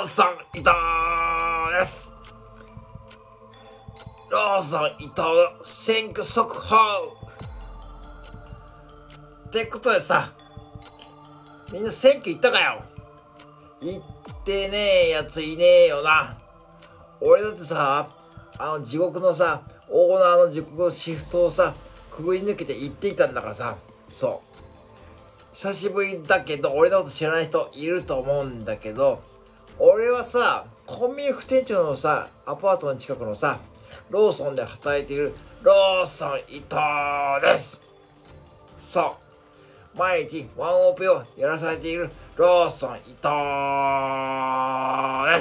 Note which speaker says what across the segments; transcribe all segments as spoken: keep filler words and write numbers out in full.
Speaker 1: ソン伊藤です。ローソン伊藤の選挙速報ってことでさ、みんな選挙行ったかよ。行ってねえやついねえよな。俺だってさ、あの地獄のさ、オーナーの地獄のシフトをさ、くぐり抜けて行っていたんだからさ。そう久しぶりだけど、俺のこと知らない人いると思うんだけど、俺はさ、コンビニ副店長のさ、アパートの近くのさ、ローソンで働いているローソン伊藤です。そう、毎日ワンオペをやらされているローソン伊藤です。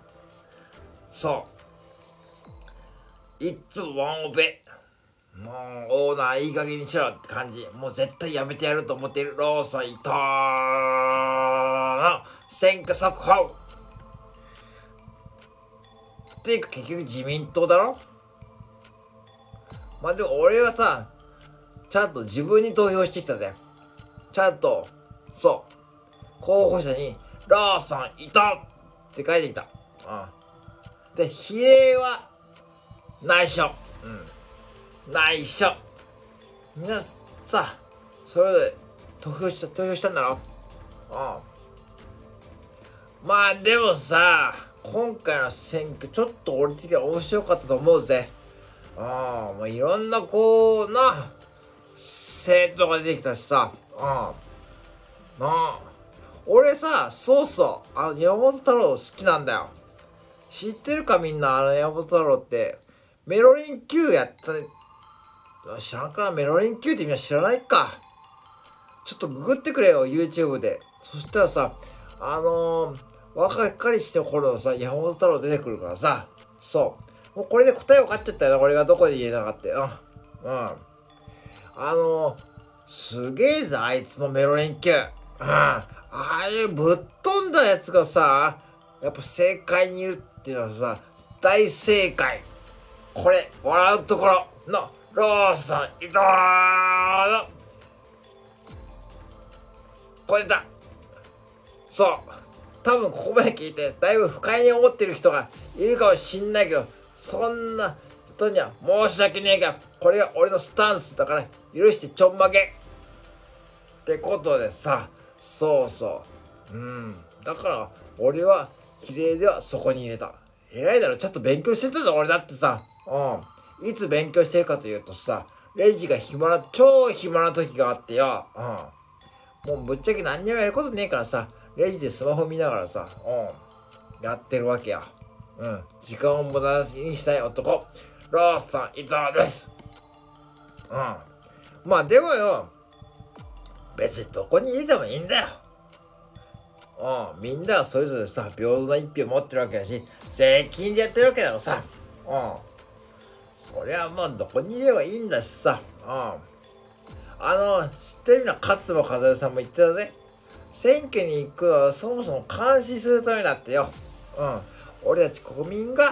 Speaker 1: そういっつもワンオペ、もうオーナーいい加減にしろって感じ。もう絶対やめてやると思っているローソン伊藤の選挙速報っていうか、結局自民党だろ。まあでも俺はさ、ちゃんと自分に投票してきたぜ。ちゃんとそう候補者にローソン伊藤って書いてきた。うんで、比例は内緒。うん内緒。みんなさ、それぞれ投票した、投票したんだろ。うん。まあでもさ、今回の選挙ちょっと俺的には面白かったと思うぜ。うん。もういろんなこうな、政党が出てきたしさ。うん。なあ。俺さ、そうそう、あの、山本太郎好きなんだよ。知ってるかみんな、あの山本太郎って、メロリン Q やったね。知らんか。メロリン Q ってみんな知らないか。ちょっとググってくれよ YouTube で。そしたらさ、あのー、若かりして頃のさ山本太郎出てくるからさ。そうもうこれで答え分かっちゃったよな。俺がどこで言えなかったよ。うんあのー、すげえぜあいつのメロリン Q。うんああいうぶっ飛んだやつがさ、やっぱ正解にいるっていうのはさ、大正解。これ笑うところのローソン伊藤のこれだ。そう多分ここまで聞いてだいぶ不快に思ってる人がいるかもしんないけど、そんな人には申し訳ねえが、これが俺のスタンスだから許してちょんまげってことでさ。そうそううんだから俺は比例ではそこに入れた。偉いだろ。ちゃんと勉強してたぞ俺だってさ。うんいつ勉強してるかというとさ、レジが暇な超暇な時があってよ。うんもうぶっちゃけ何にもやることねえからさ、レジでスマホ見ながらさ、うんやってるわけよ。うん時間を無駄にしたい男ローソン伊藤です。うんまあでもよ、別にどこに入れてもいいんだよ。うんみんなはそれぞれさ平等な一票持ってるわけだし、税金でやってるわけだろさ。うんそりゃまあどこに入れればいいんだしさ。うんあの知ってるのは勝間和代さんも言ってたぜ。選挙に行くのはそもそも監視するためだってよ。うん俺たち国民が、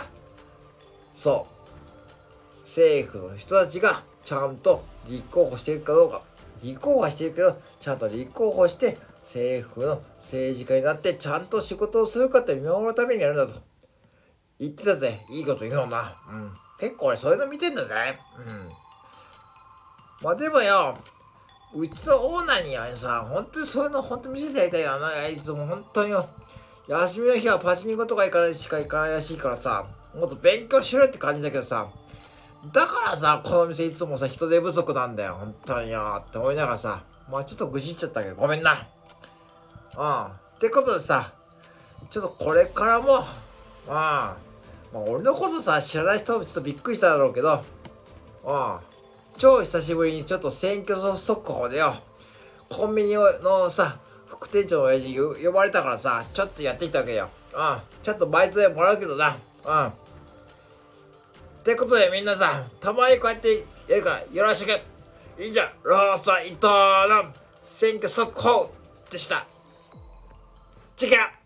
Speaker 1: そう政府の人たちがちゃんと立候補しているかどうか、立候補はしているけどちゃんと立候補して政府の政治家になってちゃんと仕事をするかって見守るためにやるんだと言ってたぜ。いいこと言うのな。うん結構俺そういうの見てんだぜ。うんまあでもよ、うちのオーナーにはさ、本当にそういうの本当に見せてやりたいよな。あいつも本当によ、休みの日はパチンコとか行かないしか行かないらしいからさ、もっと勉強しろって感じだけどさ、だからさこの店いつもさ人手不足なんだよ本当によって思いながらさ、まあちょっと愚痴っちゃったけどごめんな。うんってことでさ、ちょっとこれからもまあまあ俺のことさ知らない人もちょっとびっくりしただろうけど、うん超久しぶりにちょっと選挙速報でよ、コンビニのさ副店長の親父に呼ばれたからさ、ちょっとやってきたわけよ。うんちょっとバイトでもらうけどな。うんってことでみんなさ、たまにこうやってやるからよろしく。以上ローソン伊藤の選挙速報でした。チキラ